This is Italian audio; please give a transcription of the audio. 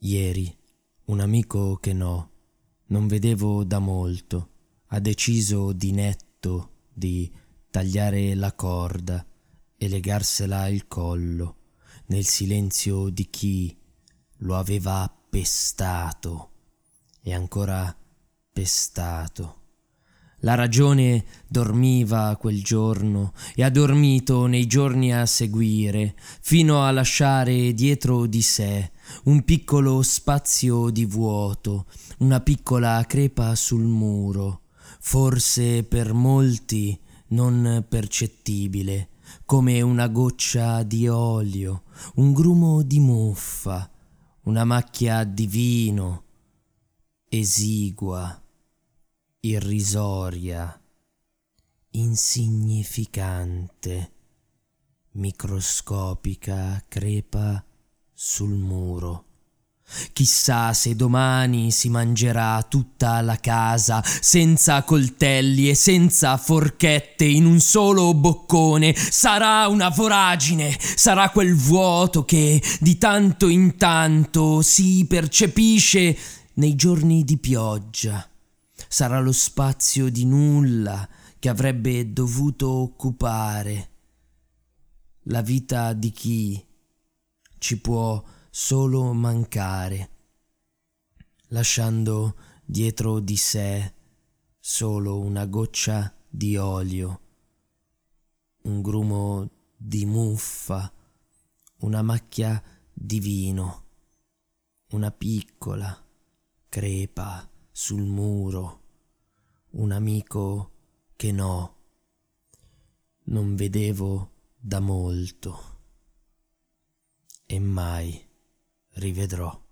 Ieri un amico che non vedevo da molto, ha deciso di netto di tagliare la corda e legarsela al collo, nel silenzio di chi lo aveva pestato e ancora pestato. La ragione dormiva quel giorno e ha dormito nei giorni a seguire, fino a lasciare dietro di sé un piccolo spazio di vuoto, una piccola crepa sul muro, forse per molti non percettibile, come una goccia di olio, un grumo di muffa, una macchia di vino, esigua, irrisoria, insignificante, microscopica crepa sul muro. Chissà se domani si mangerà tutta la casa senza coltelli e senza forchette, in un solo boccone. Sarà una voragine, sarà quel vuoto che di tanto in tanto si percepisce nei giorni di pioggia. Sarà lo spazio di nulla che avrebbe dovuto occupare la vita di chi ci può solo mancare, lasciando dietro di sé solo una goccia di olio, un grumo di muffa, una macchia di vino, una piccola crepa sul muro, un amico che non vedevo da molto e mai rivedrò.